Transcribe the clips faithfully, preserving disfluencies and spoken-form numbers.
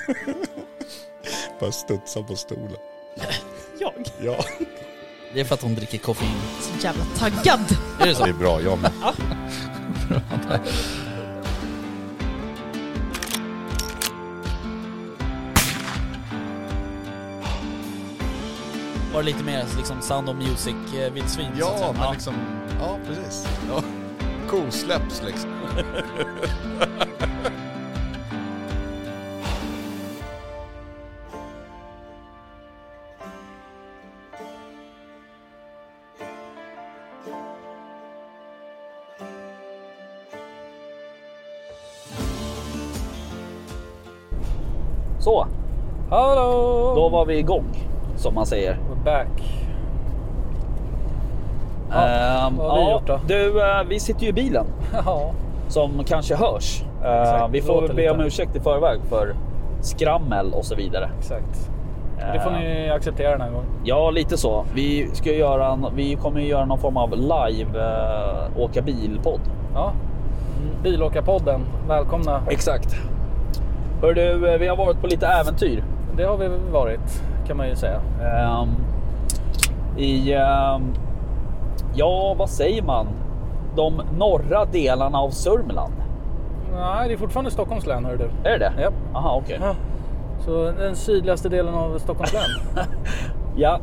Bara studsa på stolen. Jag? Ja. Det är för att hon dricker koffein. Så jävla taggad. Är det så? Det är bra, jag med. Ja. Var det lite mer liksom Sound of Music eh, vildsvin? så att Ja, säga? men liksom... Ja, precis. Ja. Kosläpps liksom. Så, Hallå! då var vi igång, som man säger. We're back. Ja, Ehm, vad har vi ja, gjort då? Du, eh, vi sitter ju i bilen, Ja, som kanske hörs. Eh, Exakt, vi det får låter väl be om lite. ursäkt i förväg för skrammel och så vidare. exakt. Det får ni acceptera den här gången. Ja, lite så. Vi ska ju göra en, vi kommer ju göra någon form av live eh, åka bilpodd. Ja. Bilåkarpodden, välkomna. Exakt. Hör du, eh, vi har varit på lite äventyr. Det har vi varit, kan man ju säga. Ehm, I, ehm, ja, vad säger man? De norra delarna av Sörmland. Nej, det är fortfarande Stockholms län, hör du. Är det det? Ja. Aha, okej. Ja. Så den sydligaste delen av Stockholms län. Ja.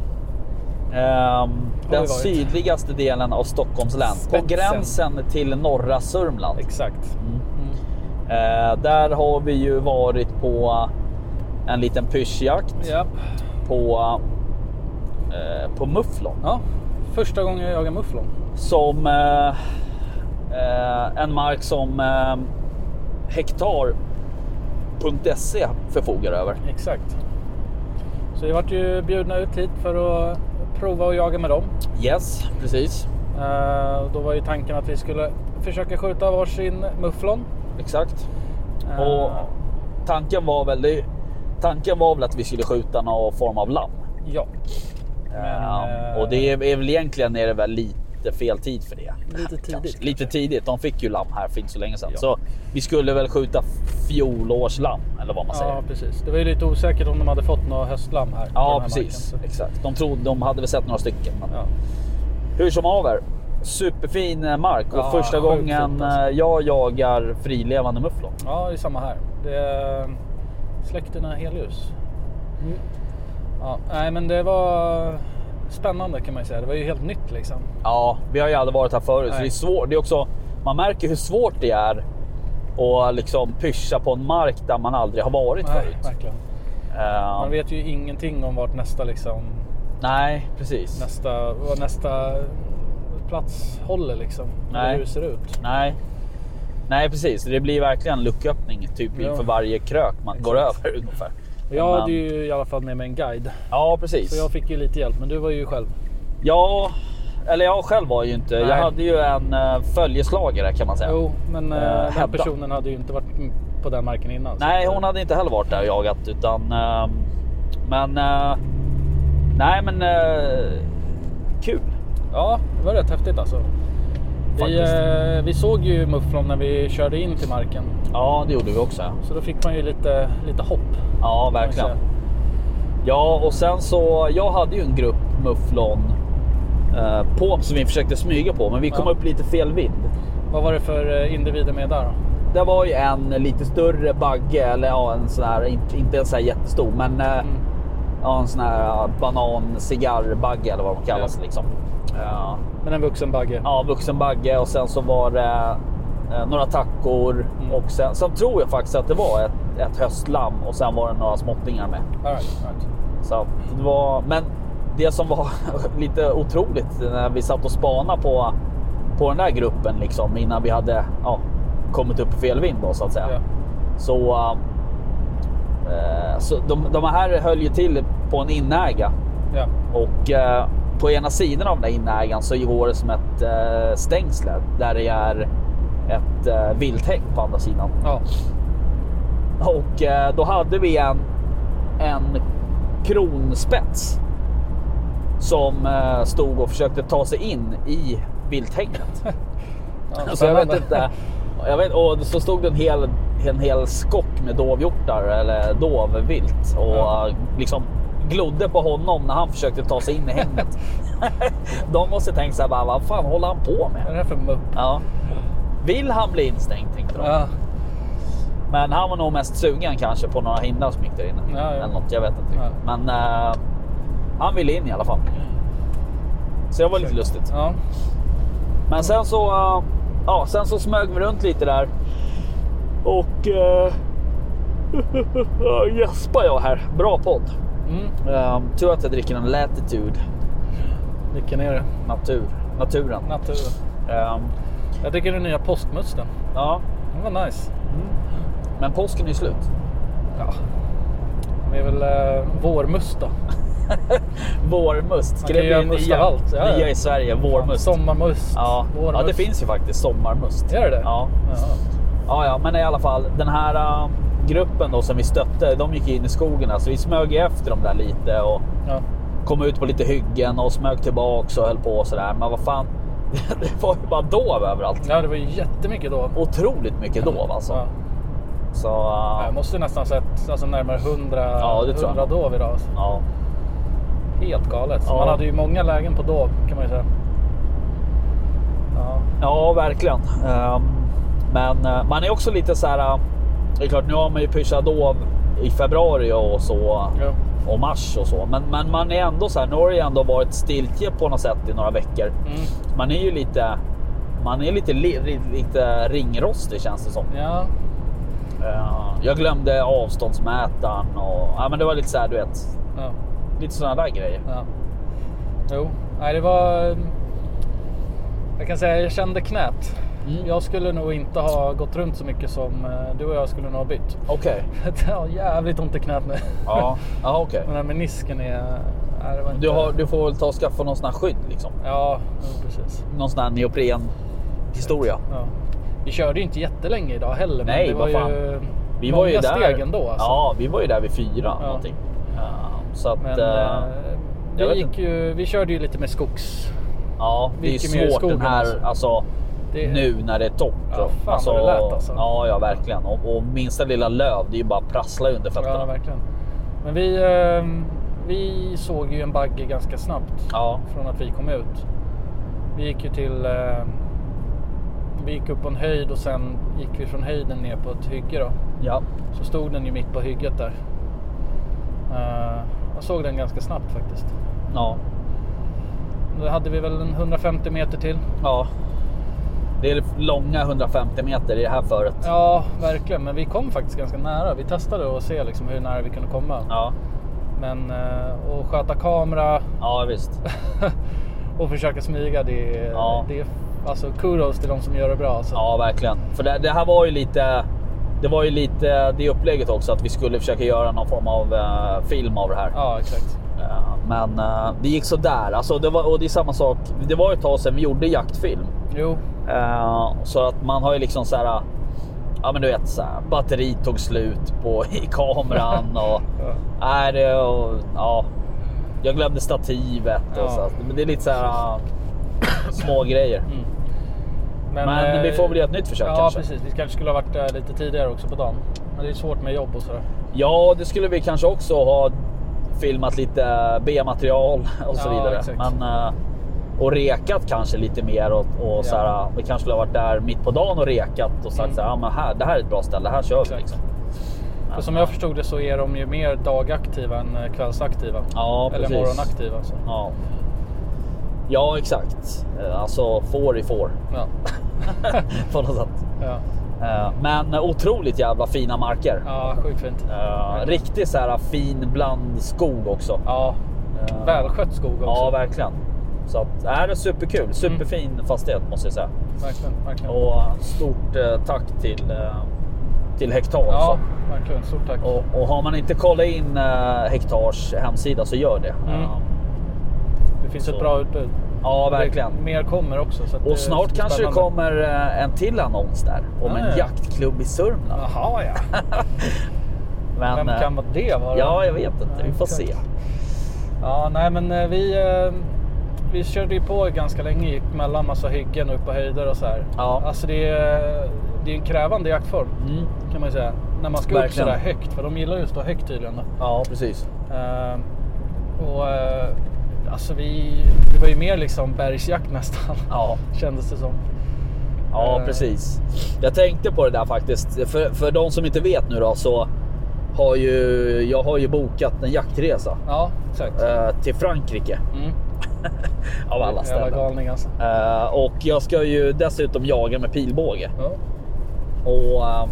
Ehm, vi den varit. sydligaste delen av Stockholms län. På Spetsen. gränsen till norra Sörmland. Exakt. Ehm, där har vi ju varit på en liten pyschjakt. Ja. På, eh, på mufflon. Ja. Första gången jag jagar mufflon. Som eh, eh, en mark som eh, hektar punkt se förfogar över. Exakt. Så vi vart ju bjudna ut hit för att prova att jaga med dem. Yes, precis. Uh, då var ju tanken att vi skulle försöka skjuta varsin mufflon. Exakt. Uh, Och tanken var väl det, tanken var väl att vi skulle skjuta någon form av lamm. Ja. Men, Eh, eh, och det är, är väl egentligen är det väl lite fel tid för det. Lite tidigt, Kanske. kanske. Lite tidigt. De fick ju lamm här för inte så länge sedan. Ja. Så vi skulle väl skjuta fjolårslamm eller vad man säger. Ja, precis. Det var ju lite osäkert om de hade fått några höstlamm här. på Ja, den här precis. marken, Exakt. De trodde de hade väl sett några stycken. Men... Ja. Hur som haver. Superfin eh, mark och Ja, första sjukt gången fint, alltså. eh, jag jagar frilevande mufflon. Ja, det är samma här. Det är släkterna helljus. Mm. Ja, nej, men det var spännande kan man ju säga. Det var ju helt nytt liksom. Ja, vi har ju aldrig varit här förut. Så Nej. det är svårt. Det är också, man märker hur svårt det är att liksom pyscha på en mark där man aldrig har varit Nej, förut. verkligen. Eh, Man vet ju ingenting om vart nästa liksom Nej, precis. nästa vad nästa plats håller liksom. Nej. Eller hur det ser ut. Nej. Nej, precis. Det blir verkligen lucköppning typ Ja. inför varje krök man går Exakt. över ungefär. Och jag Men- hade ju i alla fall med mig en guide. Ja, precis. Så jag fick ju lite hjälp, men du var ju själv. Ja, eller jag själv var ju inte. Jag Nej. hade ju en uh, följeslagare kan man säga. Jo, men Eh, eh, den här Hedda. personen hade ju inte varit på den marken innan. så Nej, att, hon hade inte heller varit där och jagat utan eh, men eh, nej, men eh, kul. Ja, det var rätt häftigt alltså. Vi, Faktiskt. eh, vi såg ju mufflon när vi körde in till marken. Ja, det gjorde vi också. Så då fick man ju lite, lite hopp. Ja, kan man verkligen. säga. Ja, och sen så jag hade ju en grupp mufflon eh, på som vi försökte smyga på, men vi kom Ja. upp lite fel vind. Vad var det för eh, individer med där då? Det var ju en lite större bagge, eller ja, en sån här, inte, inte en sån här jättestor, men eh, Mm. ja, en sån här banan cigarrbagge eller vad de kallas Ja. liksom. Ja. Men en vuxen bagge. Ja, vuxen bagge och sen så var det eh, några tackor Mm. och sen, sen tror jag faktiskt att det var ett, ett höstlamm och sen var det några småttingar med. All right, all right. Så att det var, men det som var lite otroligt när vi satt och spanade på, på den där gruppen liksom, innan vi hade ja, kommit upp i fel vind då, så att säga. Ja. Så, eh, så de, de här höll ju till på en inäga Ja. och eh, på ena sidan av den där inägan så går det som ett eh, stängsel där det är ett eh, vilthägn på andra sidan. Ja. Och eh, då hade vi en, en kronspets som eh, stod och försökte ta sig in i vilthägnet. Ja, Så jag vet spännande. inte. Jag vet, och så stod det en hel, en hel skock med dovhjortar eller dovvilt och Ja. liksom glodde på honom när han försökte ta sig in i hängnet. De måste tänka så här, bara, vad fan håller han på Vad är med? det här för mupp? Ja. Vill han bli instängd, tänkte de. Ja. Men han var nog mest sugen kanske på några hindar som gick där inne. Ja, ja. Eller något, jag vet inte. Ja. Men uh, han ville in i alla fall. Så det var lite lustigt. Ja. Men sen så, uh, ja, sen så smög vi runt lite där. Och uh, gäspar jag här. Bra podd. Mm. Uh, tur att jag dricker en Latitude. Vilken är det? Natur. Naturen. Naturen. Uh, Jag tycker den nya påskmusten. ja, Den var nice. men påsken är ju slut. Ja. Det är väl uh, vårmust då. Vårmust. Ska Man kan det göra bli must nya, av allt. Ja, ja. nya i Sverige? Vårmust. Sommarmust. Ja. Vårmust. Ja, det finns ju faktiskt sommarmust. Gör det? Ja. Ja. Ja, ja, men i alla fall den här uh, gruppen då som vi stötte, de gick in i skogen, så vi smög efter dem där lite och Ja. kom ut på lite hyggen och smög tillbaks och höll på och sådär. Men vad fan, det var ju bara dov överallt. Ja, det var ju jättemycket då. Otroligt mycket dov alltså. Ja. Så uh, Jag måste nästan sett alltså närmare hundra, Ja, det tror jag. hundra dov idag. Alltså. ja. Helt galet. Så Ja. man hade ju många lägen på dov kan man ju säga. Ja. Ja, verkligen. Um, men uh, man är också lite så här. Uh, det är klart, nu har man ju pyschat dov i februari och så. Ja. Och mars och så. Men, men man är ändå så här. Nu har det ändå varit stiltje på något sätt i några veckor. Mm. Man är ju lite. Man är lite, li, lite ringrostig, känns det som. Ja. Uh, jag glömde avståndsmätaren och ja, men det var lite så här, du vet. Ja. Lite sådana där grejer. Ja. Jo, nej det var... Jag kan säga jag kände knät. Mm. Jag skulle nog inte ha gått runt så mycket som eh, du och jag skulle nog ha bytt. Okej. Det har jävligt ont i knät nu. Ja, ja okej. Den här menisken är... Nej, det var inte... Du, har, du får väl ta och skaffa någon sån här skydd liksom. Ja, jo, precis. Någon sån här neopren historia. Ja. Vi körde ju inte jättelänge idag heller. Men Nej, det var vad fan. ju Vi många var ju där. steg ändå. Alltså. Ja, vi var ju där vid fyra Ja. någonting. Ja, så att Men eh, eh, jag vi, vet gick ju, vi körde ju lite med skogs... ja, det är gick ju mer i svårt den skogen, här alltså. alltså Det- nu när det är torrt. Ja, och- fan alltså, vad det lät, alltså. Ja, ja verkligen. Och, och minsta lilla löv, det är ju bara prassla under fötterna. Ja, verkligen. Men vi, eh, vi såg ju en bagge ganska snabbt Ja. från att vi kom ut. Vi gick ju till... Eh, vi gick upp på en höjd och sen gick vi från höjden ner på ett hygge då. Ja. Så stod den ju mitt på hygget där. Eh, jag såg den ganska snabbt faktiskt. Ja. Då hade vi väl en hundrafemtio meter till. Ja. Det är långa hundrafemtio meter i det här föret. Ja, verkligen. Men vi kom faktiskt ganska nära. Vi testade att se liksom hur nära vi kunde komma. Ja. Men eh, att sköta kamera Ja, visst. och försöka smyga, det är, Ja. det är alltså kudos till de som gör det bra. Alltså. Ja, verkligen. För det, det här var ju lite... Det var ju lite det upplägget också, att vi skulle försöka göra någon form av uh, film av det här. Ja, exakt. Uh, men uh, det gick så där. Alltså, det var, och det är samma sak. Det var ju ett tag sedan vi gjorde jaktfilm. Jo, Uh, så att man har ju liksom så här... Ja, men du vet, så här, batteri tog slut på, i kameran och... Ja. Är det och... Ja. Jag glömde stativet och Ja. så. Men det är lite så här... Uh, små grejer. mm. Men eh, vi får väl göra ett nytt försök Ja, kanske. precis. Vi kanske skulle ha varit där lite tidigare också på dagen. Men det är svårt med jobb och sådär. Ja, det skulle vi kanske också ha filmat lite B-material och så Ja, vidare. exakt. Men, uh, och rekat kanske lite mer och, och Ja. så här, vi kanske skulle ha varit där mitt på dagen och rekat och sagt Mm. så här, ja, men här, det här är ett bra ställe, här kör vi Exakt. liksom. För som jag förstod det så är de ju mer dagaktiva än eh, kvällsaktiva. Ja, Eller precis. morgonaktiva. Så. Ja. Ja, exakt. Eh, Alltså får i får Ja. på något sätt. Ja. Eh, Men otroligt jävla fina marker. Ja, sjukt fint. Eh, Riktigt så här fin bland skog också. Ja, Eh, välskött skog också. Ja, verkligen. Så att, är det superkul. Superfin Mm. fastighet måste jag säga. verkligen, verkligen. Och stort eh, tack till, eh, till Hektar. Ja, Så. verkligen. Stort tack. Och, och har man inte kollat in eh, Hektars hemsida så gör det. Mm. Eh, Det finns så. ett bra utbud. ja, verkligen. Det, mer kommer också. Så att Och det snart är kanske det spännande. kommer eh, en till annons där. Om Ja, en ja. jaktklubb i Sörmland. Jaha, ja. Men, Vem eh, kan det vara? Ja, jag vet inte. Vi får exakt. se. Ja, nej men eh, vi... eh, vi körde ju på ganska länge, gick mellan massa hyggen upp på höjder och så här. Ja. Alltså det är, det är en krävande jaktform mm. kan man ju säga. När man ska Verkligen. upp så där högt, för de gillar ju att stå högt tydligen. Då. Ja, precis. Uh, och uh, alltså vi, det var ju mer liksom bergsjakt nästan. Ja. Kändes det som. Ja, uh, precis. Jag tänkte på det där faktiskt. För, för de som inte vet nu då, så har ju, jag har ju bokat en jaktresa. Ja, exakt. Uh, till Frankrike. Mm. Av alla ställen. Jävla galning alltså. Uh, och jag ska ju dessutom jaga med pilbåge. Ja. Och uh,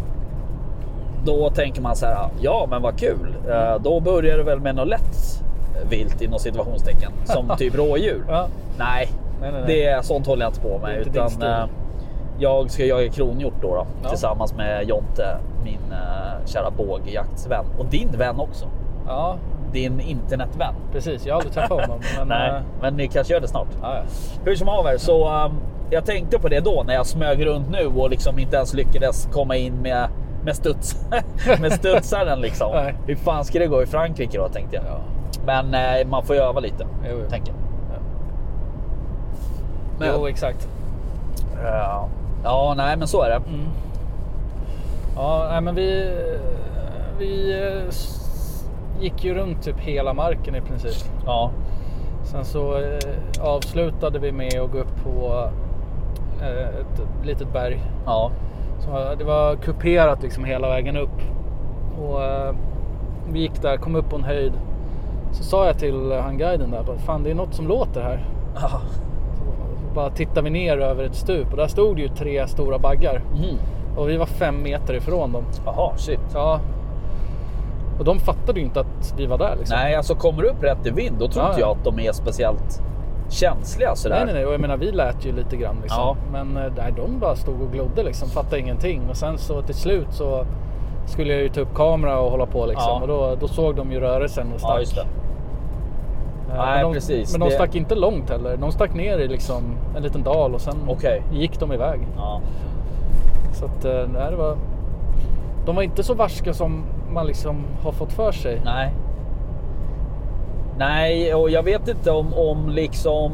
då tänker man så här, ja men vad kul. Uh, då börjar det väl med något lätt vilt inom situationstecken. Som typ rådjur. Ja. Nej, nej, nej, nej, det är sånt håller jag inte på med. Utan uh, jag ska jaga kronhjort då, då ja. Tillsammans med Jonte, min uh, kära bågjaktsvän. Och din vän också. Ja. Din internetvän. Precis, jag har aldrig träffat honom. Men, nej, uh... men ni kanske gör det snart. Ja, ja. Hur som haver, så um, jag tänkte på det då när jag smög runt nu och liksom inte ens lyckades komma in med, med, studs, med studsaren liksom. Hur fan ska det gå i Frankrike då, tänkte jag. Ja. Men eh, man får ju öva lite, jo, jo. tänker jag. Ja. Men, jo, exakt. Uh, ja, nej men så är det. Mm. Ja, nej, men vi... Vi... gick ju runt typ hela marken i princip. Ja. Sen så eh, avslutade vi med att gå upp på eh, ett litet berg. Ja. Så det var kuperat liksom hela vägen upp. Och eh, vi gick där, kom upp på en höjd. Så sa jag till han guiden där, fan det är något som låter här. Ja. Så bara tittade vi ner över ett stup och där stod ju tre stora baggar. Mm. Och vi var fem meter ifrån dem. Jaha, shit. Ja. Och de fattade ju inte att vi var där liksom. Nej, alltså kommer upp rätt i vind, då tror ja, inte jag att de är speciellt känsliga sådär. Nej, nej, nej. Och jag menar, vi lät ju lite grann liksom. Ja. Men nej, de bara stod och glodde liksom, fattade ingenting. Och sen så till slut så skulle jag ju ta upp kamera och hålla på liksom. Ja. Och då, då såg de ju rörelsen och stack. Ja, just det. Men nej, de, precis. Men de stack det... inte långt heller. De stack ner i liksom en liten dal och sen okay. gick de iväg. Ja. Så att nej, det var... De var inte så varska som man liksom har fått för sig. Nej. Nej, och jag vet inte om, om liksom...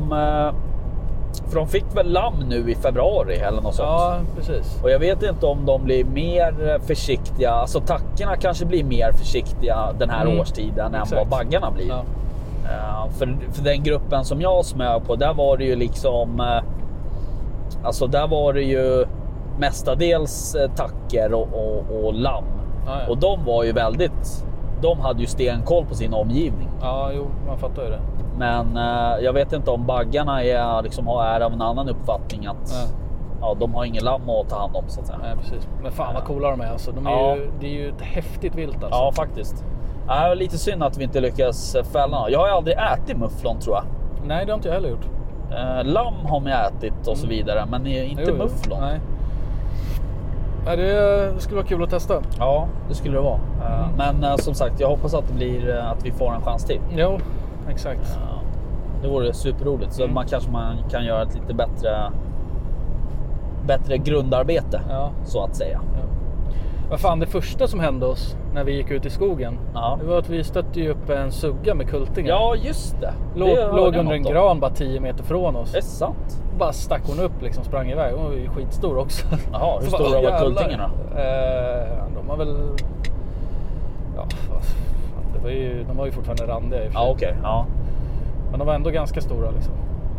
För de fick väl lamm nu i februari eller något sånt. Ja, precis. Och jag vet inte om de blir mer försiktiga. Alltså tackorna kanske blir mer försiktiga den här mm. årstiden än vad baggarna blir. Ja. Uh, för, för den gruppen som jag smög på, där var det ju liksom... Uh, alltså där var det ju mestadels uh, tacker och, och, och lamm. Ah, ja. Och de var ju väldigt... De hade ju stenkoll på sin omgivning. Ja, jo, man fattar ju det. Men eh, jag vet inte om baggarna är, liksom, är av en annan uppfattning att ja. Ja, de har ingen lamm att ta hand om så att säga. Nej, precis. Men fan vad coola de är alltså. De är ja. ju, det är ju ett häftigt vilt alltså. Ja, faktiskt. Det är lite synd att vi inte lyckas fälla. Jag har ju aldrig ätit mufflon tror jag. Nej, det har inte jag heller gjort. Eh, lamm har man ätit och så vidare, mm. men inte jo, mufflon. Nej. Nej, det skulle vara kul att testa. Ja, det skulle det vara. Mm. Men uh, som sagt, jag hoppas att det blir uh, att vi får en chans till. Jo, exakt. Uh, det vore superroligt. Så mm. man kanske man kan göra ett lite bättre bättre grundarbete, ja. Så att säga. Ja. Vad fan, det första som hände oss när vi gick ut i skogen, ja. Det var att vi stötte ju upp en sugga med kultingar. Ja, just det. Låg, det låg under en gran bara tio meter från oss. Det är sant. Bara stack hon upp liksom, sprang iväg. Hon var ju skitstor också. Jaha, hur stora var kultingarna? Eh, de var väl... Ja, det var ju, de var ju fortfarande randiga i och för sig. Ja, okej. Okay. Ja. Men de var ändå ganska stora liksom.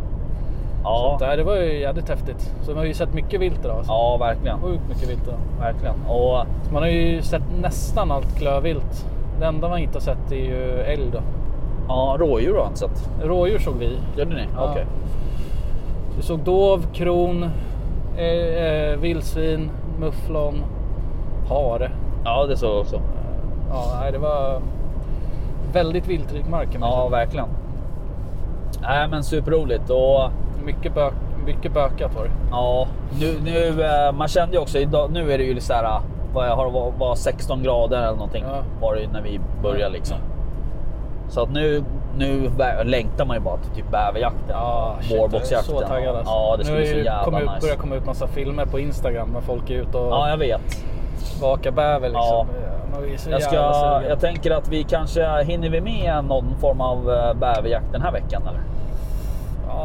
Ja. Så där, det var ju jävligt häftigt. Så man har ju sett mycket vilt idag. Alltså. Ja, verkligen. Sjukt mycket vilt idag. Verkligen. Och... Så man har ju sett nästan allt klövvilt. Det enda man inte har sett är ju älg då. Ja, rådjur har jag inte sett. Rådjur såg vi. Gjorde ni? Ja. Okej. Okay. Vi såg dov, kron, eh, eh, vildsvin, mufflon, hare. Ja, det såg också. Ja, nej, det var väldigt viltrik mark. Ja, verkligen. Nej, men superroligt. Och mycket, bök, mycket bökat var det. Ja, nu, nu man kände ju också idag, nu är det ju så här, vad jag har var, var sexton grader eller någonting, ja. Var det när vi började liksom. Ja. Så att nu nu längtar man ju bara till typ bäverjakten, ja, vårboxjakten. Så taggad alltså. Ja, det skulle nu bli så jävla kom ut, nice. Börjar komma ut massa filmer på Instagram när folk är ute och ja, jag vet. vakar bäver liksom. Ja. Jag, ska, jag tänker att vi kanske hinner vi med någon form av bäverjakt den här veckan eller?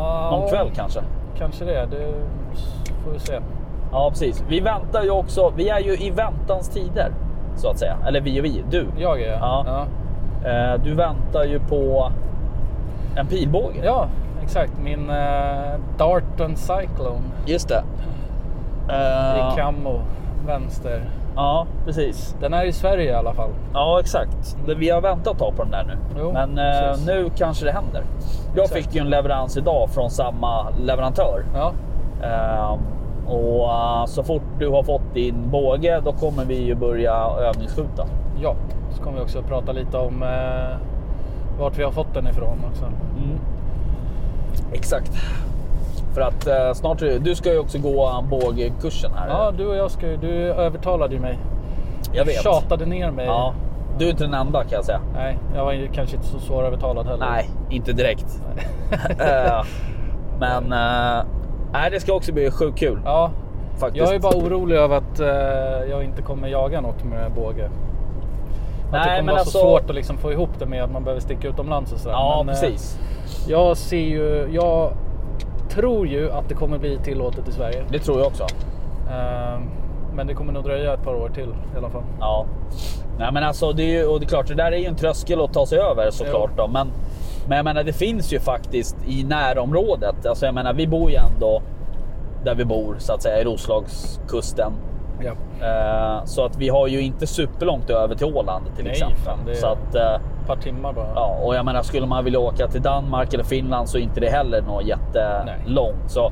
Ja, någon kväll kanske. Kanske det, det får vi se. Ja, precis. Vi väntar ju också, vi är ju i väntans tider så att säga. Eller vi och vi, du. Jag är ja. ja. Du väntar ju på en pilbåge. Ja, exakt. Min uh, Darton Cyclone. Just det. Uh, I camo, vänster. Ja, precis. Den är i Sverige i alla fall. Ja, exakt. Vi har väntat ett tag på den där nu. Jo, men uh, nu kanske det händer. Jag exakt. fick ju en leverans idag från samma leverantör. Ja. Uh, och uh, så fort du har fått din båge, då kommer vi ju börja övningsskjuta. Ja, så kommer vi också prata lite om uh, vart vi har fått den ifrån också. Mm. Exakt. För att uh, snart, du ska ju också gå bågkursen här. Ja, du och jag ska ju, du övertalade ju mig. Jag vet. Tjatade ner mig. Ja. Du är inte den enda kan jag säga. Nej, jag var kanske inte så svår övertalad heller. Nej, inte direkt. uh, men uh, nej, det ska också bli sjukt kul. Ja, faktiskt. Jag är bara orolig över att uh, jag inte kommer jaga något med båge. Att nej, det kommer men vara alltså... så svårt att liksom få ihop det med att man behöver sticka utomlands och sådär. Ja, men, precis. Uh, jag ser ju, jag tror ju att det kommer bli tillåtet i Sverige. Det tror jag också. Uh, men det kommer nog dröja ett par år till i alla fall. Ja. Nej, men alltså det är ju, och det är klart, det där är ju en tröskel att ta sig över såklart då. Men, men jag menar, det finns ju faktiskt i närområdet. Alltså jag menar, vi bor ju ändå där vi bor så att säga, i Roslagskusten. Ja. Uh, så att vi har ju inte superlångt över till Åland till Nej, exempel. Fan, det är så att, uh, ett par timmar bara. Ja, och jag menar, skulle man vilja åka till Danmark eller Finland så är inte det heller något jättelångt. Så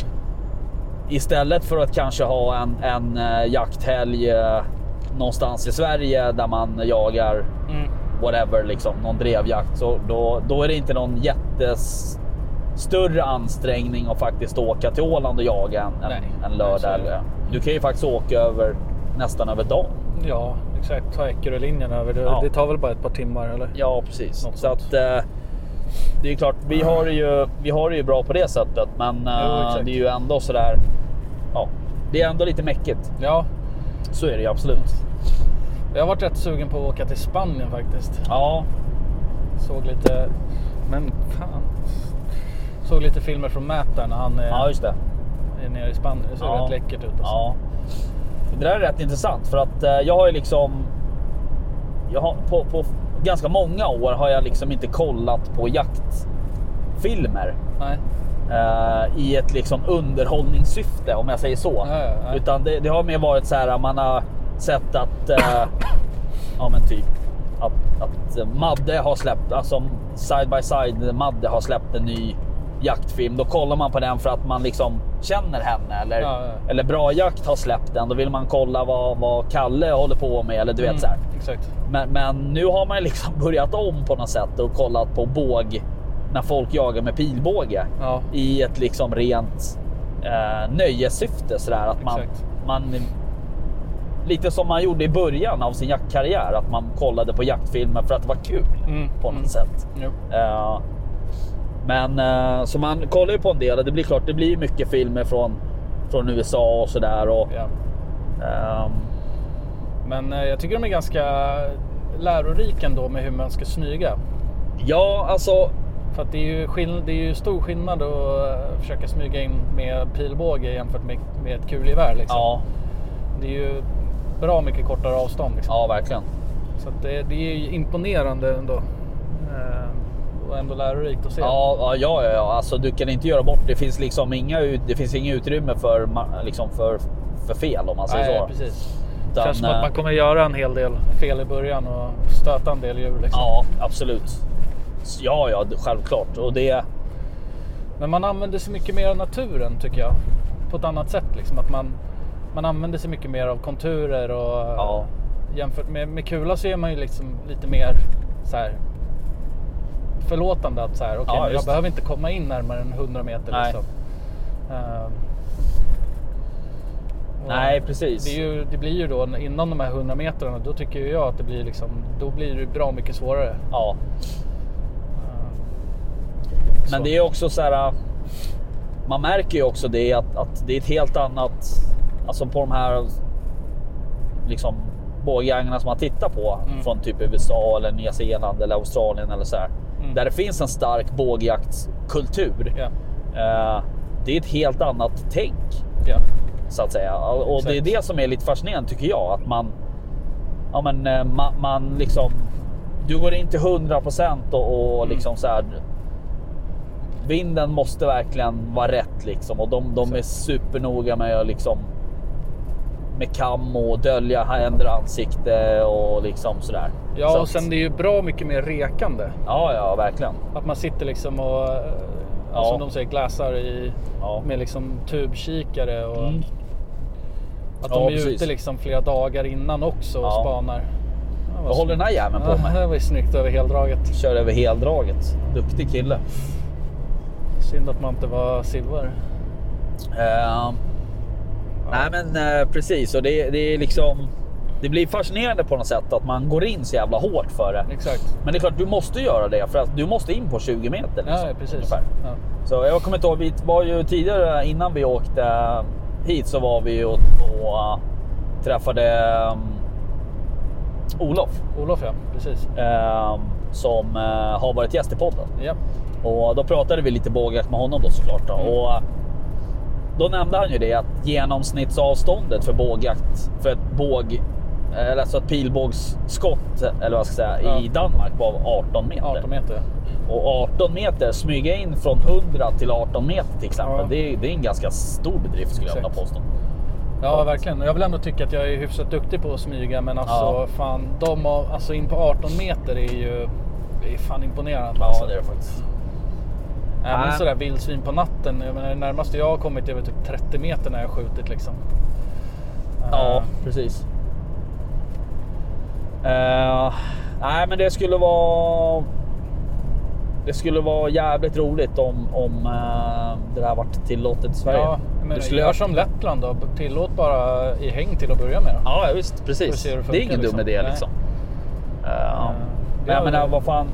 istället för att kanske ha en, en uh, jakthelg uh, någonstans i Sverige där man jagar mm. whatever, liksom någon drevjakt, så då, då är det inte någon jättes större ansträngning att faktiskt åka till Åland och jaga en, en, en lördag. Nej, du kan ju faktiskt åka över nästan över dagen. Ja, exakt. Ta Eckerölinjen över. Det, ja. det tar väl bara ett par timmar eller? Ja, precis. Något så att eh, det är ju klart, vi har det ju, vi har det ju bra på det sättet, men eh, jo, det är ju ändå så där. Ja, det är ändå lite mäckigt. Ja, så är det ju absolut. Jag har varit rätt sugen på att åka till Spanien faktiskt. Ja. Såg lite, men fan. Såg lite filmer från Matt där när han är, ja, just det. är nere i Spanien. Det ser ja. rätt läckert ut. Alltså. Ja. Det där är rätt intressant för att eh, jag har ju liksom jag har, på, på ganska många år har jag liksom inte kollat på jaktfilmer. Nej. Eh, i ett liksom underhållningssyfte, om jag säger så. Nej, nej. Utan det, det har mer varit så här, man har sett att eh, ja men typ att, att Madde har släppt, alltså Side by Side Madde har släppt en ny jaktfilm. Då kollar man på den för att man liksom känner henne, eller, ja, ja. eller Bra Jakt har släppt den. Då vill man kolla vad, vad Kalle håller på med, eller du vet mm, så här. Exakt. Men, men nu har man liksom börjat om på något sätt och kollat på båg när folk jagar med pilbåge, ja. i ett liksom rent eh, nöjessyfte så där, att man, man lite som man gjorde i början av sin jaktkarriär, att man kollade på jaktfilmer för att det var kul mm, på något mm. sätt. Jo. Uh, men uh, så man kollar ju på en del, och det blir klart, det blir mycket filmer från, från U S A och sådär. Och, ja. um, men uh, jag tycker de är ganska lärorika ändå med hur man ska smyga. Ja, alltså. För att det är ju, skill- det är ju stor skillnad att uh, försöka smyga in med pilbåge jämfört med, med ett kulgevär liksom. Ja. Det är ju bra mycket kortare avstånd liksom. Ja, verkligen. Så att det, det är ju imponerande ändå. Uh, och ändå lärorikt att se. Ja, ja, ja, ja. Alltså du kan inte göra bort. Det finns liksom inga, det finns inga utrymme för, liksom för, för fel, om man säger Nej, så. Precis. Utan, känns som att man kommer göra en hel del fel i början och stöta en del djur liksom. Ja, absolut. Ja, ja, självklart. Och det... Men man använder sig mycket mer av naturen, tycker jag. På ett annat sätt liksom. Att man, man använder sig mycket mer av konturer och ja. jämfört med, med kula så är man ju liksom lite mer så här förlåtande, att så här, okej, okay, ja, jag behöver inte komma in närmare än hundra meter. Nej. Liksom. Uh, Nej, precis. Det, är ju, det blir ju då innan de här hundra metrarna, då tycker jag att det blir liksom, då blir det bra mycket svårare. Ja. Men det är också så här, man märker ju också det att, att det är ett helt annat, alltså på de här liksom bågjägarna som man tittar på mm. från typ U S A eller Nya Zeeland eller Australien eller så här, mm. där det finns en stark bågjaktskultur. Yeah. Uh, det är ett helt annat tänk. Ja. Så att säga. Och Exakt. det är det som är lite fascinerande tycker jag. Att man, ja, men, uh, man, man liksom, du går in till hundra procent och, och mm. liksom så här. Vinden måste verkligen vara rätt liksom. Och de, de är supernoga med att liksom, med kam och dölja händer, ansikte och liksom sådär. Ja, så och sen att, det är ju bra mycket mer rekande. Ja, ja, verkligen. Att man sitter liksom och, ja. som de säger, glassar i, ja. med liksom tubkikare och mm. att de ja, är precis. ute liksom flera dagar innan också och ja. spanar. Ja, vad håller den här jäveln på med? Ja, det var ju snyggt över heldraget. Kör över heldraget. Duktig kille. Synd att man inte var silver. Uh, ja. Nej men uh, precis, och det, det är liksom, det blir fascinerande på något sätt att man går in så jävla hårt för det. Exakt. Men det är klart du måste göra det för att du måste in på tjugo meter liksom, ja, precis. ungefär. Ja. Så jag kommer inte ihåg, vi var ju tidigare innan vi åkte hit så var vi och, och uh, träffade um, Olof. Olof ja, precis. Uh, som uh, har varit gäst i podden. Ja. Och då pratade vi lite bågjakt med honom då såklart då. Mm. Och då nämnde han ju det att genomsnittsavståndet för bågjakt för ett båg eller alltså ett pilbågsskott eller vad ska jag säga ja. i Danmark var arton meter. arton meter. Och arton meter smyga in från hundra till arton meter till exempel. Ja. Det, är, det är en ganska stor bedrift skulle Exakt. jag vilja påstå. Ja, verkligen. Jag vill ändå tycka att jag är hyfsat duktig på att smyga, men alltså ja. fan de alltså in på arton meter är ju det är fan imponerande. Ja, alltså. det är det faktiskt. Även sådär vildsvin på natten. Jag menar, det närmaste jag har kommit är väl typ trettio meter när jag har skjutit liksom. Ja, uh. precis. Uh, nej, men det skulle vara det skulle vara jävligt roligt om, om uh, det där varit tillåtet i Sverige. Ja, men skulle gör som Lettland då. Tillåt bara i häng till att börja med. Då. Ja, visst, precis. Det, funkar, det är ingen liksom. dum idé liksom. Uh, uh, nej, men det... vad fan.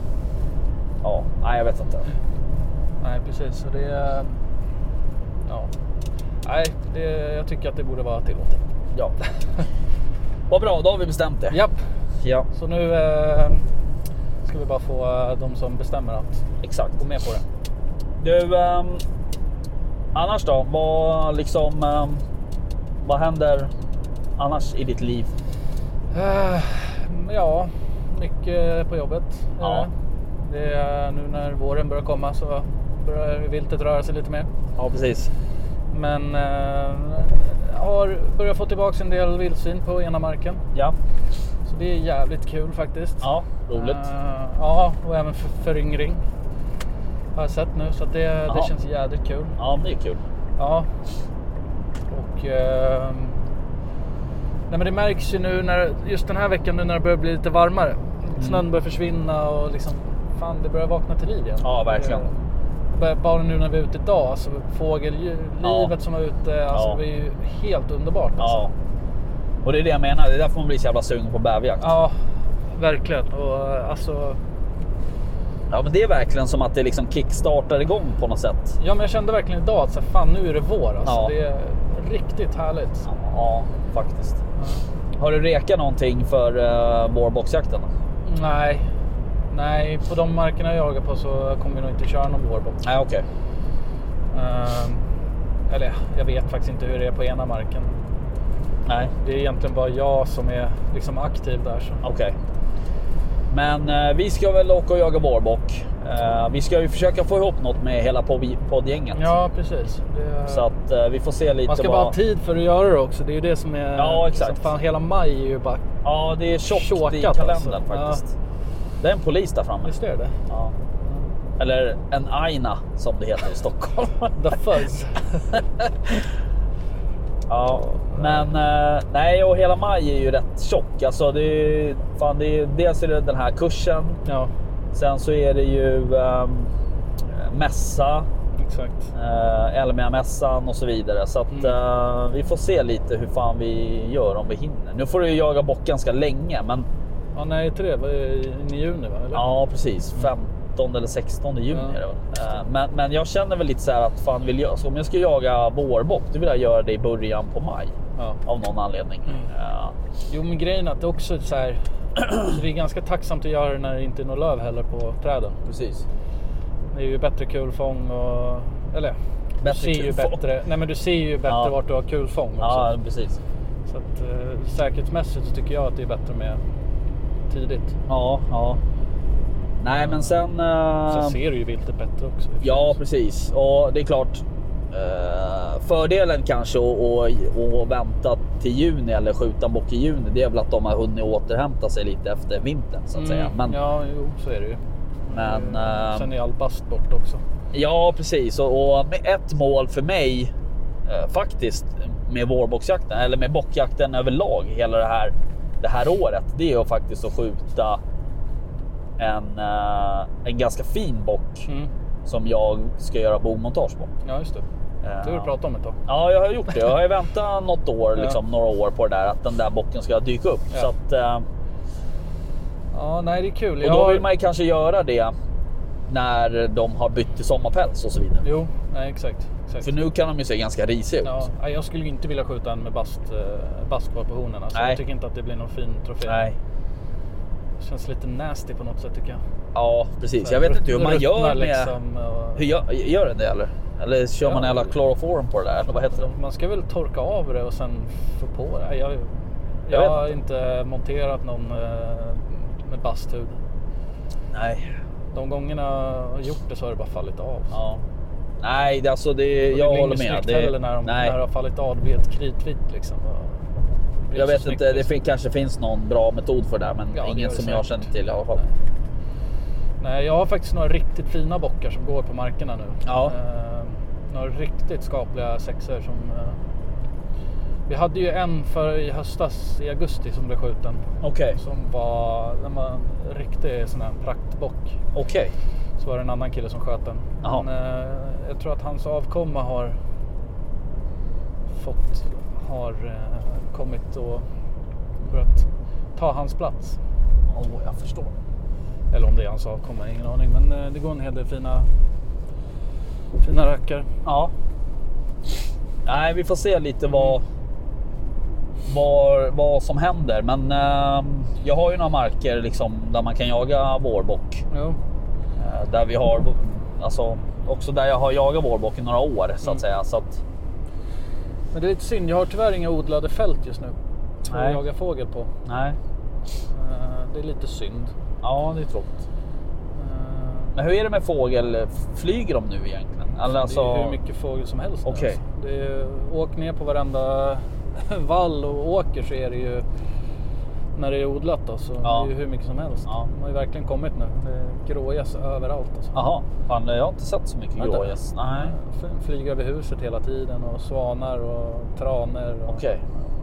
Ja, nej, jag vet inte. Nej, precis. Så det är... Ja. Nej, det, jag tycker att det borde vara tillåtet. Ja. Vad bra, då har vi bestämt det. Japp. Ja. Så nu eh, ska vi bara få eh, de som bestämmer att Exakt. gå med på det. Du, eh, annars då? Vad liksom... Eh, vad händer annars i ditt liv? Uh, ja, mycket på jobbet. Ja. Det är nu när våren börjar komma så börjar viltet röra sig lite mer. Ja, precis. Men eh, har börjat få tillbaka en del vildsvin på ena marken. Ja. Så det är jävligt kul faktiskt. Ja, roligt. Uh, ja, och även för föryngring har jag sett nu. Så att det, det känns jävligt kul. Ja, det är kul. Ja. Och... Eh, nej, men det märks ju nu när, just den här veckan nu när det börjar bli lite varmare. Mm. Snön börjar försvinna och liksom... Fan, det börjar vakna till liv igen. Ja, verkligen. Det, bara nu när vi är ute idag, alltså fågellivet ja. som är ute, alltså ja. det är ju helt underbart. Alltså. Ja. Och det är det jag menar, det är därför man blir så jävla sugen på bäverjakt. Ja, verkligen. Och alltså... Ja, men det är verkligen som att det liksom kickstartar igång på något sätt. Ja, men jag kände verkligen idag att så, fan, nu är det vår. Alltså. Ja. Det är riktigt härligt. Ja, faktiskt. Ja. Har du rekat någonting för uh, vårboxjakten? Nej. Nej, på de markerna jag jagar på så kommer vi nog inte köra någon vårbox. Nej, okej. Okay. Uh, eller jag vet faktiskt inte hur det är på ena marken. Nej. Det är egentligen bara jag som är liksom aktiv där. Okej. Okay. Men uh, vi ska väl åka och jaga vårbock. Uh, vi ska ju försöka få ihop något med hela poddgänget. Ja, precis. Det... Så att uh, vi får se lite. Man ska vad... bara ha tid för att göra det också. Det är ju det som är... Ja, exakt. Liksom, fan, hela maj är ju bara... Ja, det är tjockt tjockat, i kalendern alltså. Faktiskt. Ja. Det är en polis där framme. Visst är det? Ja. Eller en aina som det heter i Stockholm. The Fuzz. Ja, men uh, nej, och hela maj är ju rätt tjock. Alltså det är, fan, det är, dels är det den här kursen. Ja. Sen så är det ju um, mässa. Exakt. Uh, Elmia-mässan och så vidare. Så att mm. uh, vi får se lite hur fan vi gör om vi hinner. Nu får du ju jaga bock ganska länge, men... Ja, nej, till det var i juni, va? Eller? Ja, precis. femtonde eller sextonde juni ja. är det väl. Uh, men, men jag känner väl lite så här att fan vill jag... Så om jag ska jaga vårbock, då vill jag göra det i början på maj. Ja. Av någon anledning. Mm. Uh. Jo, men grejen är att det också är så här... så det är ganska tacksamt att göra det när det inte är något löv heller på träden. Precis. Det är ju bättre kulfång och Eller bättre du ser ju bättre. Nej men du ser ju bättre ja. vart du har kulfång också. Ja, precis. Så att eh, säkerhetsmässigt så tycker jag att det är bättre med tidigt. Ja, ja. Nej, men sen... Uh... Sen ser du ju viltet bättre också. Ja, precis. Och det är klart... Uh, fördelen kanske att vänta till juni eller skjuta en bock i juni, det är väl att de har hunnit återhämta sig lite efter vintern så att mm, säga. Men, ja, jo, så är det ju. Men, uh, sen är all bast bort också. Ja, precis. Och, och med ett mål för mig uh, faktiskt med vårbocksjakten eller med bockjakten överlag hela det här, det här året, det är ju faktiskt att skjuta en, uh, en ganska fin bock mm. som jag ska göra bogmontage på. Ja, just det. Det har du pratat om ett tag. Ja, jag har gjort det. Jag har väntat något år, liksom, ja. några år på det där, att den där bocken ska dyka upp. Ja. Så att, äh... ja, nej, det är kul. Och jag då har... vill man ju kanske göra det när de har bytt till sommarpäls och så vidare. Jo, nej, exakt, exakt. För nu kan de ju se ganska risiga ut. Ja, jag skulle inte vilja skjuta en med bast, bast kvar på honen. Alltså. Jag tycker inte att det blir någon fin trofé. Nej. Det känns lite nasty på något sätt tycker jag. Ja, precis. Så jag vet inte hur man gör med... Liksom, och... Hur gör, gör det det eller? Eller kör ja, man hela kloroform på det där? Eller vad heter det? Man ska väl torka av det och sen få på det. Jag, jag, jag har inte. inte monterat någon med basthud. Nej. De gångerna jag har gjort det så har det bara fallit av. Ja. Nej, det, alltså det, det jag håller med. Det heller när, de, när det har fallit av, det blir ett kritvitt liksom. Jag vet inte, det liksom. kanske finns någon bra metod för det, men ja, ingen det som jag känner till i alla fall. Nej. Nej, jag har faktiskt några riktigt fina bockar som går på markerna nu. Ja. Eh, några riktigt skapliga sexer som... Eh, vi hade ju en för i höstas, i augusti, som blev skjuten. Okej. Okay. Som var, den var en riktig sån här praktbock. Okej. Okay. Så var det en annan kille som sköt den. Men, eh, jag tror att hans avkomma har fått, har eh, kommit och börjat ta hans plats. Åh, oh, jag förstår. Eller om det är hans avkomma, ingen aning. Men eh, det går en hel del fina fina rackar. Ja. Nej, vi får se lite vad vad, vad som händer. Men eh, jag har ju några marker liksom, där man kan jaga vårbock. Jo. Eh, där vi har, alltså också där jag har jagat vårbock i några år så att mm. säga. Så att... Men det är lite synd, jag har tyvärr inga odlade fält just nu. Nej. Att jaga fågel på. Nej. Eh, det är lite synd. Ja, det är tråkigt. Men hur är det med fågel? Flyger de nu egentligen? Alltså, alltså... Det är hur mycket fågel som helst. Okay. Alltså. Det är, åk ner på varenda vall och åker så är det ju, när det är odlat då, så ja. Det är ju hur mycket som helst. Ja. De har ju verkligen kommit nu. Det är grågäss överallt. Alltså. Jaha, fan, jag har inte sett så mycket grågäss. Nej. Flyger över huset hela tiden och svanar och traner. Och... Okej. Okay.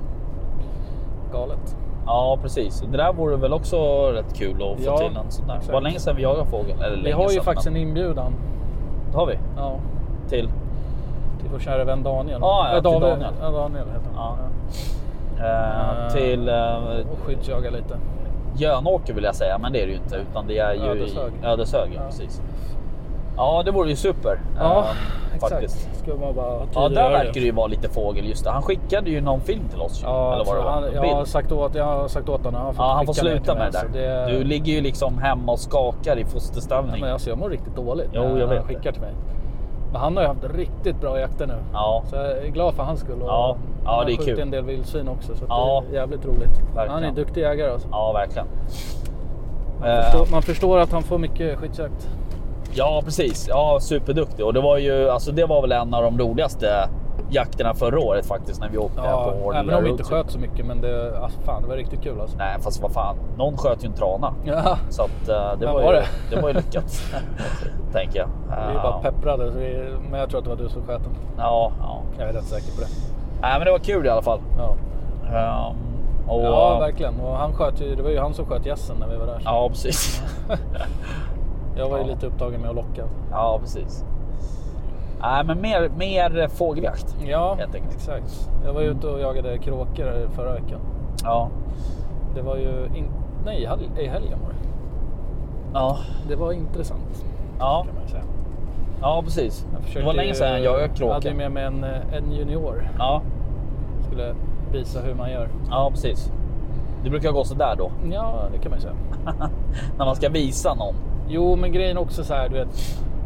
Galet. Ja, precis. Det där vore väl också rätt kul att få ja, till en sån där. Exakt. Var länge sedan vi jagade fågel? Eller vi har ju sedan, faktiskt men... en inbjudan. Det har vi? Ja. Till? Till vår kära vän Daniel. Ah, ja, äh, till Daniel. Daniel. Ja, Daniel heter han. Ja. Uh, uh, till... Uh, och skyddsjaga lite. Jönåker vill jag säga, men det är det ju inte. Utan det är ju Ödeshög. i Ödeshög, ja. Precis. Ja, det vore ju super. Ja, uh, exakt. Faktiskt. Ska man bara ja, där verkar det ju vara lite fågel just det. Han skickade ju någon film till oss. Ja, eller vad det var. Han, jag, har sagt åt, jag har sagt åt honom. Han ja, han får sluta med det där. Det... Du ligger ju liksom hemma och skakar i fosterställning. Ja, men alltså, jag mår riktigt dåligt. Jo, jag vet han skickar till mig. Men han har ju haft riktigt bra jakter nu. Ja. Så jag är glad för hans skull. Och ja, ja det är kul. Han har skjutit en del vildsvin också. Så ja. Det är jävligt roligt. Verkligen. Han är en duktig jägare alltså. Ja, verkligen. Man, uh. förstår, man förstår att han får mycket skyddsjakt. Ja, precis. Ja, superduktig. Och det var ju, alltså det var väl en av de roligaste jakterna förra året faktiskt, när vi åkte ja, på Ordinary. Även om vi inte sköt så mycket, men det, alltså, fan, det var riktigt kul alltså. Nej, fast vad fan, någon sköt ju en trana. Ja. Så att uh, det, var var ju, det? det var ju lyckat, tänker jag. Uh, vi är bara pepprade, så vi, men jag tror att det var du som sköt den. Ja, ja. Jag är rätt säker på det. Nej, men det var kul i alla fall. Ja. Um, och, ja, verkligen. Och han sköt ju, det var ju han som sköt gässen när vi var där. Ja, precis. Jag var ju ja. lite upptagen med att locka. Ja, precis. Nej, men mer, mer fågeljakt. Ja, exakt. Jag var ute och jagade kråkor förra veckan. Ja. Det var ju... In... Nej, i helgen var det. Ja. Det var intressant. Ja. Kan man säga. Ja, precis. Det var länge sedan jag jagade kråkor. Jag hade med mig en, en junior. Ja. Skulle visa hur man gör. Ja, precis. Det brukar gå så där då. Ja, det kan man ju säga. När man ska visa någon. Jo, men grejen också så här, du vet,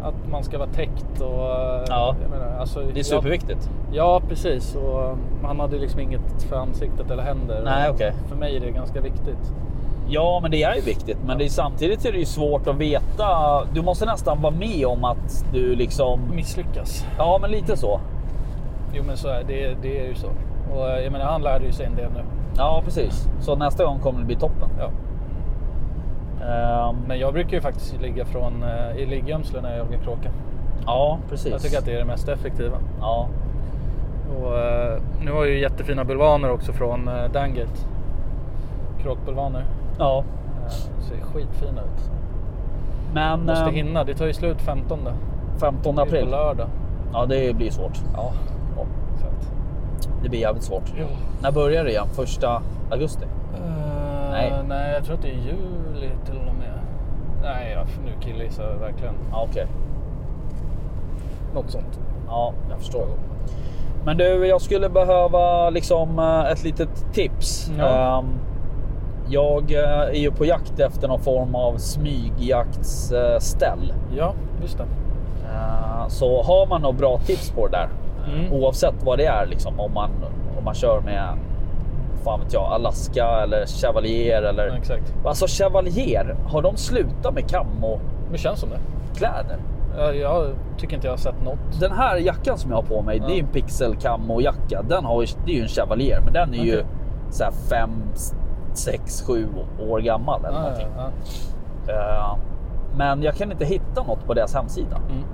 att man ska vara täckt och ja. jag menar, alltså, det är superviktigt. Jag, ja, precis. Och han hade liksom inget för ansiktet eller händer. Nej, okej. Okay. För mig är det ganska viktigt. Ja, men det är ju viktigt. Men det är, samtidigt är det ju svårt att veta. Du måste nästan vara med om att du liksom... misslyckas. Ja, men lite så. Jo, men så är det, det är ju så. Och jag menar, han lärde ju sig en del nu. Ja, precis. Så nästa gång kommer det bli toppen. Ja. Um, men jag brukar ju faktiskt ligga från uh, i liggömsle när jag jagar kråka. Ja, precis. Jag tycker att det är det mest effektiva. Ja. Och uh, nu har jag ju jättefina bulvaner också från uh, Dangate. Kråkbulvaner. Ja. Uh, ser skitfina ut. Men måste um, hinna. Det tar ju slut femtonde. femtonde april. På lördag. Ja, det blir svårt. Ja. Ja. Exakt. Det blir jävligt svårt. Jo. När börjar det igen? Första augusti? Uh, nej. Nej, jag tror att det är juli till och med. Nej, jag, nu killgissar jag verkligen. Ja, okej. Okay. Något sånt. Ja, jag förstår. Men du, jag skulle behöva liksom ett litet tips. Ja. Um, jag är ju på jakt efter någon form av smygjaktsställ. Ja, just det. Uh, så har man några bra tips på det där? Mm. Oavsett vad det är liksom, om man, om man kör med fan vet jag, Alaska eller Chevalier eller... Ja, exakt. Alltså Chevalier, har de slutat med camo? Det känns som det. Kläder? Jag, jag tycker inte jag har sett något. Den här jackan som jag har på mig, ja. Det är en pixel camo jacka. Den har ju, det är ju en Chevalier, men den är okay. ju så här fem, sex, sju år gammal eller ja, någonting. Ja, ja. Uh, men jag kan inte hitta något på deras hemsida. Mm.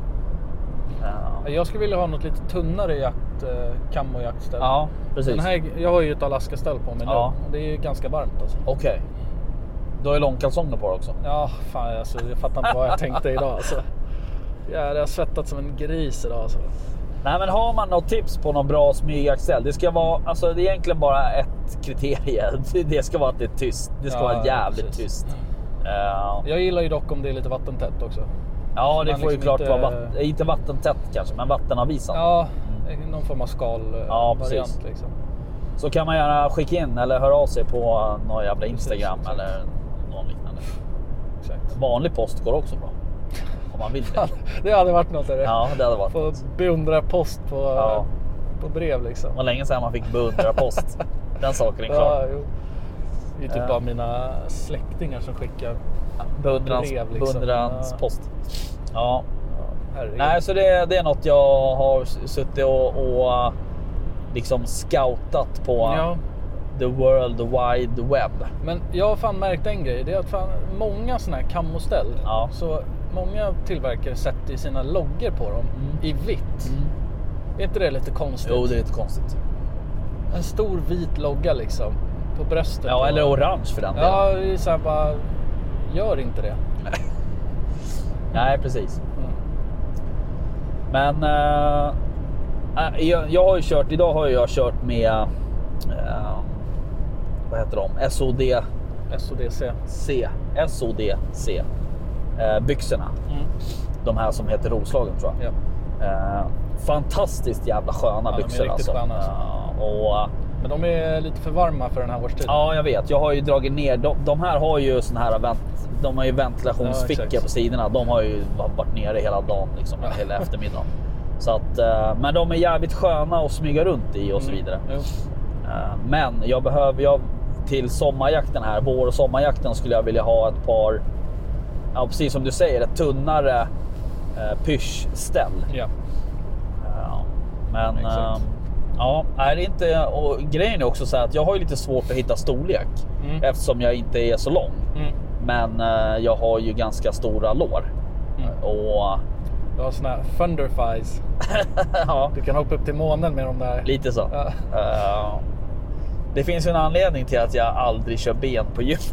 Uh. Jag skulle vilja ha något lite tunnare jakt, uh, camo-jaktställ. Ja, precis. Den här, jag har ju ett Alaska-ställ på mig ja. nu. Det är ju ganska varmt alltså. Okej. Okay. Du har ju långkalsonger på också. Ja, fan alltså, jag fattar inte vad jag tänkte idag alltså. Ja, det har svettat som en gris idag alltså. Nej, men har man något tips på någon bra smygjaktställ? Det ska vara, alltså det är egentligen bara ett kriterium. Det ska vara att det är tyst. Det ska ja, vara jävligt precis. tyst. Uh, jag gillar ju dock om det är lite vattentätt också. Ja, det man får liksom ju klart inte... vara vatten, inte vattentätt kanske, men vattenavvisande. Ja, någon form av skal ja, variant liksom. Så kan man gärna skicka in eller höra av sig på någon jävla Instagram precis, eller någon liknande. Exakt. Vanlig post går också bra. Om man vill det. Det hade varit något. Eller? Ja, det hade varit. Få beundra post på, ja. på brev liksom. Och länge sedan man fick beundra post. Den saken är klar. Ja, jo. Det är typ ja. bara mina släktingar som skickar ja, beundrans, brev liksom. beundrans ja. post. Ja. Ja, nej, så det, det är något jag har suttit och, och liksom scoutat på ja. the world wide web. Men jag har fan märkt en grej. Det är att fan många såna här kamoställ. Ja. Så många tillverkare sätter sina loggor på dem mm. i vitt. Mm. Är inte det lite konstigt? Jo, det är lite konstigt. En stor vit logga liksom på bröstet. Ja, och... eller orange för den delen. Ja, det är så här bara... Gör inte det. Nej, precis. Mm. Men äh, jag, jag har ju kört, idag har jag kört med äh, vad heter de? S O D S O D C C S O D C äh, byxorna. Mm. De här som heter Roslagen tror jag. Ja. Äh, fantastiskt jävla sköna ja, byxor de är riktigt alltså. Sköna, alltså. Äh, och men de är lite för varma för den här årstiden. Ja, jag vet. Jag har ju dragit ner. De, de här har ju sån här vent, de har ju ventilationsfickor ja, på sidorna. De har ju varit nere hela dagen liksom, ja. hela eftermiddagen. Så att, men de är jävligt sköna att smyga runt i och så vidare. Mm. Men jag behöver jag till sommarjakten här, vår- och sommarjakten skulle jag vilja ha ett par, ja, precis som du säger, ett tunnare eh, pyschställ. Ja. Ja, men exakt. Ja, är det inte, och grejen är också så här att jag har ju lite svårt att hitta storlek mm. eftersom jag inte är så lång. Mm. Men uh, jag har ju ganska stora lår. Mm. Och du har såna här thunder thighs. ja, du kan hoppa upp till månen med de där. lite så. Ja. Uh, det finns ju en anledning till att jag aldrig kör ben på gymmet.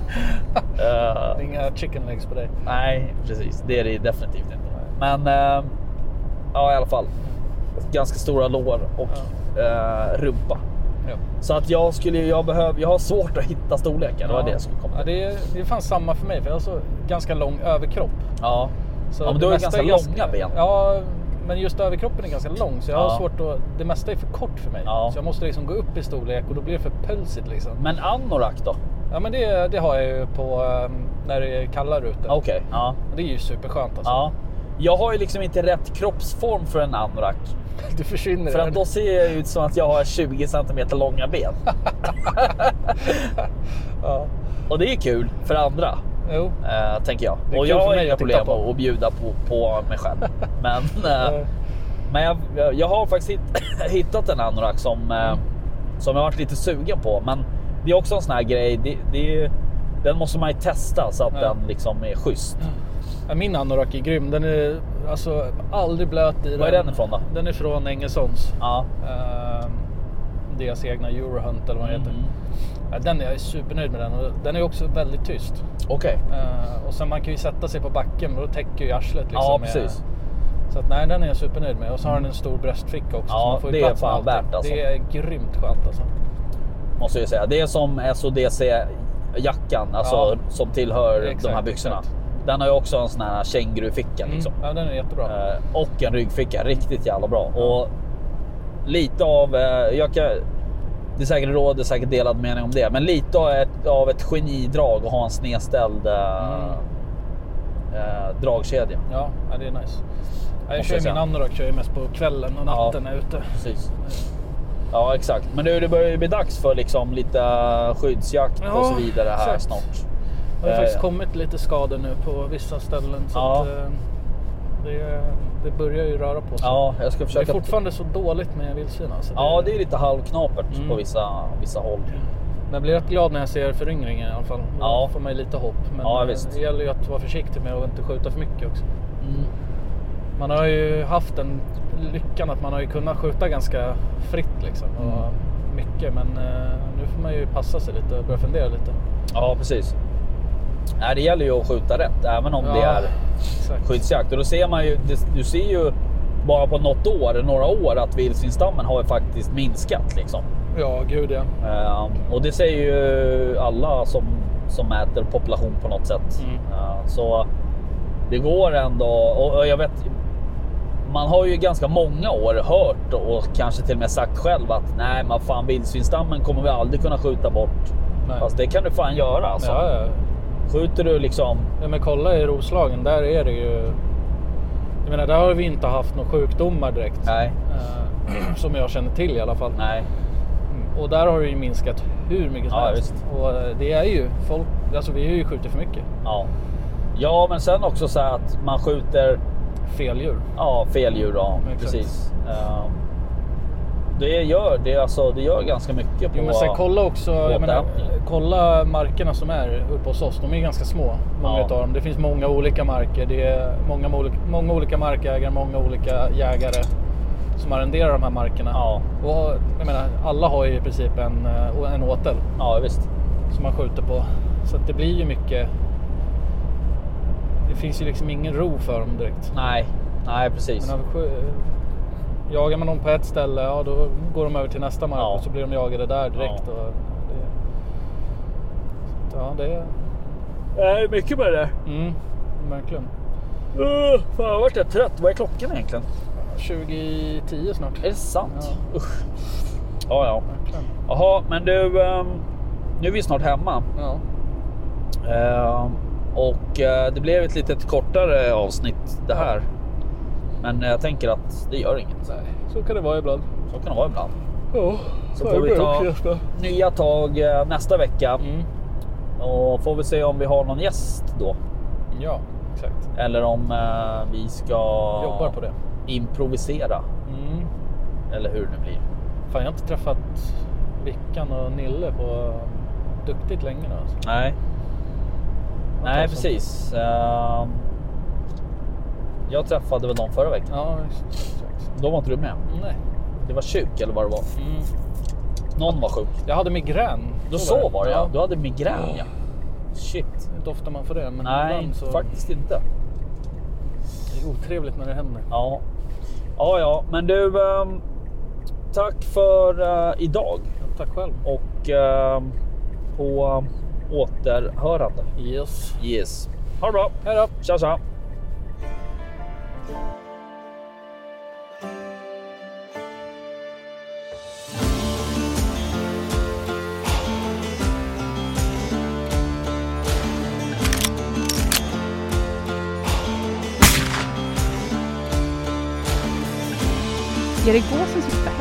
uh, Inga chicken legs på dig. Nej, precis. Det är det definitivt inte. Men uh, ja, i alla fall. Ganska stora lår och ja. uh, rumpa. Ja. Så att jag skulle jag behöver jag har svårt att hitta storleken. Ja. Det var det jag skulle komma till. Ja, det är det är fan samma för mig för jag har så ganska lång överkropp. Ja. Så ja, men du har ganska är långa ganska, ben. Ja, men just överkroppen är ganska lång så jag ja. har svårt att det mesta är för kort för mig. Ja. Så jag måste liksom gå upp i storlek och då blir det för pölsigt liksom. Men anorak då? Ja, men det det har jag ju på um, när det är kallare ute. Okej. Okay. Ja. Det är ju superskönt alltså. Ja. jag har ju liksom inte rätt kroppsform för en anorak. Du försvinner. För att då ser jag ut som att jag har tjugo centimeter långa ben. Ja. Och det är kul för andra. Jo. Uh, tänker jag. Och jag har inga problem på. att bjuda på, på mig själv. Men, uh, men jag, jag har faktiskt hitt, hittat en anorak som, uh, mm. som jag har varit lite sugen på. Men det är också en sån här grej. Det, det, den måste man ju testa så att ja. den liksom är schysst. Ja, min anorak är grym. Den är alltså aldrig blöt i. Var är den ifrån då? Den är från Engelsons. Ja. Uh, deras egna Eurohunt eller vad det heter. Mm. Ja, den är jag supernöjd med den. Och den är också väldigt tyst. Okej. Okay. Uh, och sen man kan ju sätta sig på backen och då täcker ju arslet liksom. Ja, precis. Med, så att nej, den är jag supernöjd med. Och så har den en stor bröstficka också. Ja, så man får det är fan värt alltså. Det är grymt skönt alltså. Måste jag säga. Det är som S O D C-jackan alltså, ja. som tillhör exakt, de här byxorna. Exakt. Den har ju också en sån här känguruficka liksom. Mm. Ja, den är jättebra. Uh, och en ryggficka. Riktigt jävla bra. Ja. Och lite av... Uh, jag kan, det är säkert råd, det är säkert delad mening om det. Men lite av ett, av ett genidrag att ha en snedställd uh, mm. uh, dragkedja. Ja, det är nice. Jag Måste kör jag min anorak kör jag mest på kvällen och natten ja, är ute. Precis. Ja, exakt. Men nu det börjar ju bli dags för liksom lite skyddsjakt ja, och så vidare här exakt. snart. Det har faktiskt kommit lite skador nu på vissa ställen. Så ja. att, det, det börjar ju röra på sig. Ja, jag ska försöka... Det är fortfarande så dåligt med vildsvin. Alltså. Ja, det är lite halvknapert mm. på vissa, vissa håll. Men jag blir rätt glad när jag ser föryngringen i alla fall. Då ja. får man ju lite hopp. Men ja, visst. Det gäller ju att vara försiktig med att inte skjuta för mycket också. Mm. Man har ju haft den lyckan att man har ju kunnat skjuta ganska fritt liksom. Mm. Och mycket, men nu får man ju passa sig lite och börja fundera lite. Ja, precis. Nej, det gäller ju att skjuta rätt även om ja, det är exakt. skyddsjakt. Och då ser man ju, du ser ju bara på något år, några år att vildsvinsstammen har ju faktiskt minskat liksom. Ja, gud ja. Uh, och det säger ju alla som, som mäter population på något sätt. Mm. Uh, så det går ändå, och, och jag vet, man har ju ganska många år hört och kanske till och med sagt själv att nej, men fan, vildsvinsstammen kommer vi aldrig kunna skjuta bort. Nej. Fast det kan du fan göra alltså. Ja, ja. Skjuter du liksom... Ja, men kolla i Roslagen, där är det ju... Jag menar, där har vi inte haft några sjukdomar direkt. Nej. Eh, som jag känner till i alla fall. Nej. Och där har det ju minskat hur mycket som ja, helst. Visst. Och det är ju folk... Alltså vi har ju skjutit för mycket. Ja. Ja, men sen också så här att man skjuter... Fel djur. Ja, fel djur, ja. Exakt. Precis. Uh, det gör det, alltså, det gör ganska mycket på... Jo, men sen kolla också, jag menar, kolla markerna som är uppe hos oss. De är ganska små, många ja. av dem. Det finns många olika marker. Det är många, många olika markägare, många olika jägare som arrenderar de här markerna. Ja. Och jag menar, alla har ju i princip en, en åtel. Ja, visst. Som man skjuter på. Så att det blir ju mycket... Det finns ju liksom ingen ro för dem direkt. Nej, nej precis. Men jagar man dem på ett ställe, ja, då går de över till nästa mark ja. och så blir de jagade där direkt. Ja. Och det, så, ja, det är... Det är mycket med det. Mm, verkligen. Uh, fan, jag vart jag trött. Vad är klockan egentligen? tjugo tio snart. Är det sant? Ja. Usch. Ja, ja. Jaha, men du, um, nu är vi snart hemma. Ja. Uh, och uh, det blev ett litet kortare avsnitt det här. Ja. Men jag tänker att det gör inget. Nej, så kan det vara ibland. Så kan det vara ibland. Ja, så får vi ta nya tag nästa vecka. Mm. Och får vi se om vi har någon gäst då. Ja, exakt. Eller om uh, vi ska jobba på det. Improvisera. Mm. Eller hur det blir. Fan, jag har inte träffat Vickan och Nille på duktigt länge nu. Alltså. Nej. Nej, precis. Uh, jag träffade väl dem förra veckan. Ja, exakt. Då var inte du med? Nej. Det var sjuk eller vad det var? Mm. Någon var sjuk. Jag hade migrän. Då så, så var det, ja. Du hade migrän, ja. Shit. Det är inte ofta man får det. Men nej, så... faktiskt inte. Det är otrevligt när det händer. Ja. Ja, ja. Men du, um, tack för uh, idag. Ja, tack själv. Och uh, på um, återhörande. Yes. Yes. Ha det bra. Hej då. Tja, tja. Är det gåsen som är